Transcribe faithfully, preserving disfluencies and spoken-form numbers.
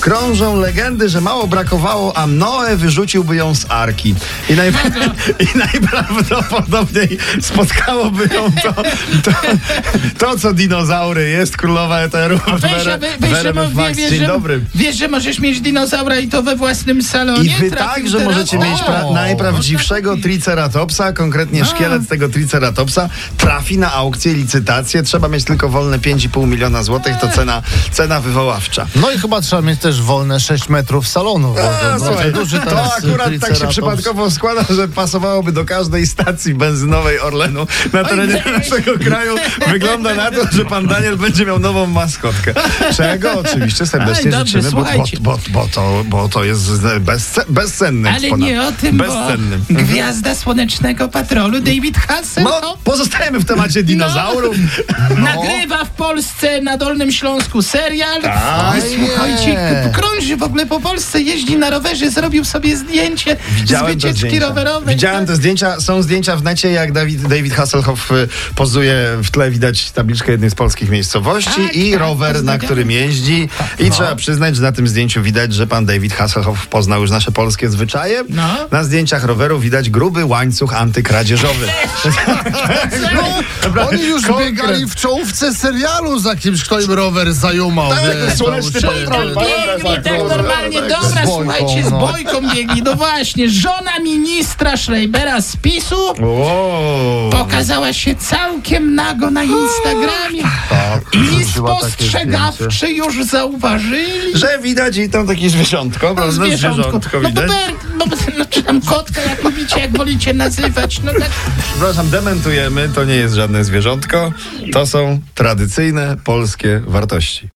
Krążą legendy, że mało brakowało, a Noe wyrzuciłby ją z arki. I, najpra- i najprawdopodobniej spotkałoby ją to, to, to co dinozaury. Jest królowa eteru. Dzień dobry. Wiesz, że możesz mieć dinozaura i to we własnym salonie? I wy także możecie mieć pra- najprawdziwszego triceratopsa, konkretnie szkielet tego triceratopsa trafi na aukcję, licytację. Trzeba mieć tylko wolne pięć i pół miliona złotych, to cena, cena wywoławcza. No i chyba trzeba mieć też wolne sześć metrów salonu. Bo, A, bo słuchaj, duży to akurat tak się przypadkowo składa, że pasowałoby do każdej stacji benzynowej Orlenu na terenie naszego kraju. Wygląda na to, że pan Daniel będzie miał nową maskotkę. Czego oczywiście serdecznie Aj, dobrze, życzymy, bo, bo, bo, bo, to, bo to jest bezce, bezcenny Ale eksponat. nie o tym, Bezcenny. bo gwiazda Słonecznego Patrolu David Hasselhoff No, pozostajemy w temacie dinozaurów. no. nagrywa w Polsce na Dolnym Śląsku serial. Tak. Słuchajcie, k- krąży w ogóle po Polsce, jeździ na rowerze, zrobił sobie zdjęcie Widziałem z te wycieczki zdjęcia. rowerowej. Widziałem te zdjęcia. Są zdjęcia w necie, jak David, David Hasselhoff y, pozuje. W tle widać tabliczkę jednej z polskich miejscowości Tak, i tak, rower, na pozdrawiam. którym jeździ. I trzeba przyznać, że na tym zdjęciu widać, że pan David Hasselhoff poznał już nasze polskie zwyczaje. No. Na zdjęciach roweru widać gruby łańcuch antykradzieżowy. No, oni już Konkret. biegali w czołówce serialu za kimś, kto im rower zajumał. Tak, wiesz, Słoneczny tam się- Patrol. Biegli tak normalnie, Z dobra, bojką, słuchajcie, z no. bojką biegli. No właśnie, żona ministra Schreibera z PiSu Wow. pokazała się całkiem nago na Instagramie. I wrzuciła takie spostrzegawczy już zauważyli. Że widać i tam takie zwierzątko, prawda? Zwierzątko. Zwierzątko No, widać. bober, no, no czy tam kotka, jak lubicie, jak wolicie nazywać. No tak. Przepraszam, dementujemy, to nie jest żadne zwierzątko. To są tradycyjne polskie wartości.